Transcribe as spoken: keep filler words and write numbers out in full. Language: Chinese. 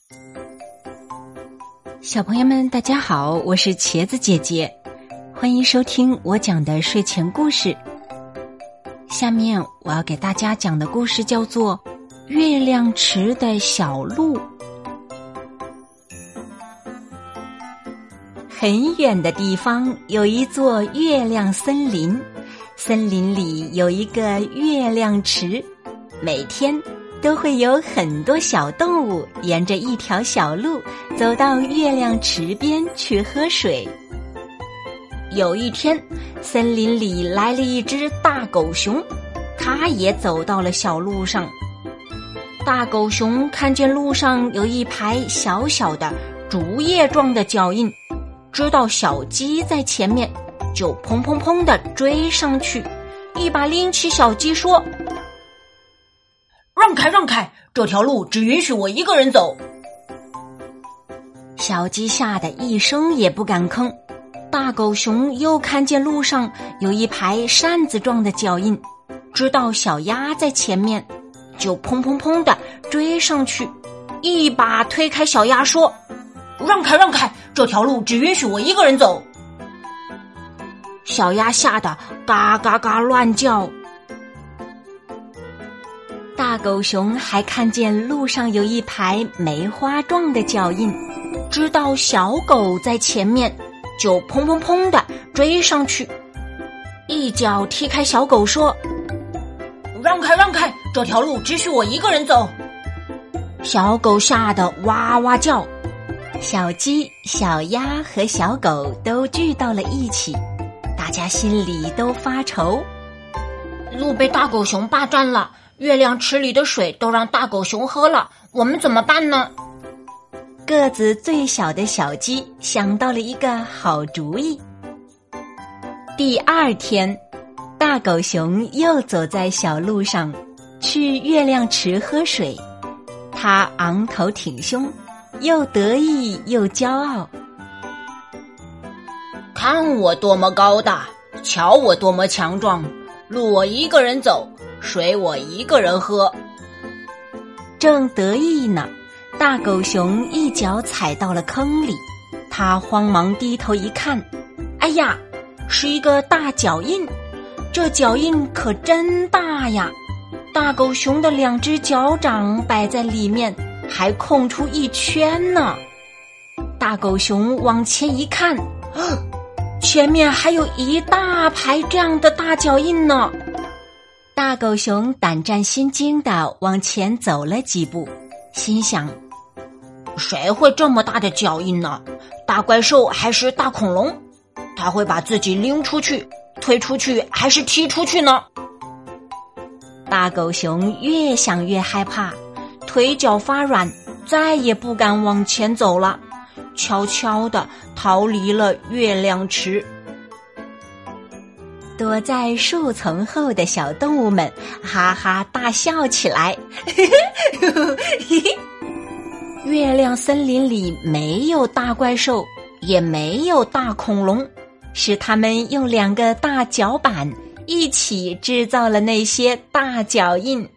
小朋友们大家好，我是茄子姐姐，欢迎收听我讲的睡前故事。下面我要给大家讲的故事叫做月亮池的小鹿。很远的地方有一座月亮森林，森林里有一个月亮池，每天都会有很多小动物沿着一条小路走到月亮池边去喝水。有一天，森林里来了一只大狗熊，它也走到了小路上。大狗熊看见路上有一排小小的竹叶状的脚印，知道小鸡在前面，就砰砰砰地追上去，一把拎起小鸡说： 让开让开，这条路只允许我一个人走。 小鸡吓得一声也不敢吭。大狗熊又看见路上有一排扇子状的脚印，知道小鸭在前面，就砰砰砰地追上去，一把推开小鸭说： 让开让开，这条路只允许我一个人走。 小鸭吓得嘎嘎嘎乱叫。大狗熊还看见路上有一排梅花状的脚印，知道小狗在前面，就砰砰砰地追上去，一脚踢开小狗说： 让开让开，这条路只许我一个人走。 小狗吓得哇哇叫。小鸡、小鸭和小狗都聚到了一起，大家心里都发愁。 路被大狗熊霸占了，月亮池里的水都让大狗熊喝了，我们怎么办呢？ 个子最小的小鸡想到了一个好主意。第二天，大狗熊又走在小路上，去月亮池喝水。它昂头挺胸，又得意又骄傲。 看我多么高大，瞧我多么强壮，路我一个人走，水我一个人喝。 正得意呢，大狗熊一脚踩到了坑里，他慌忙低头一看，哎呀，是一个大脚印，这脚印可真大呀！大狗熊的两只脚掌摆在里面，还空出一圈呢。大狗熊往前一看，前面还有一大排这样的大脚印呢。大狗熊胆战心惊地往前走了几步，心想： 谁会这么大的脚印呢？大怪兽还是大恐龙？它会把自己拎出去、推出去还是踢出去呢？ 大狗熊越想越害怕，腿脚发软，再也不敢往前走了，悄悄地逃离了月亮池。躲在树丛后的小动物们哈哈大笑起来。月亮森林里没有大怪兽，也没有大恐龙，是他们用两个大脚板一起制造了那些大脚印。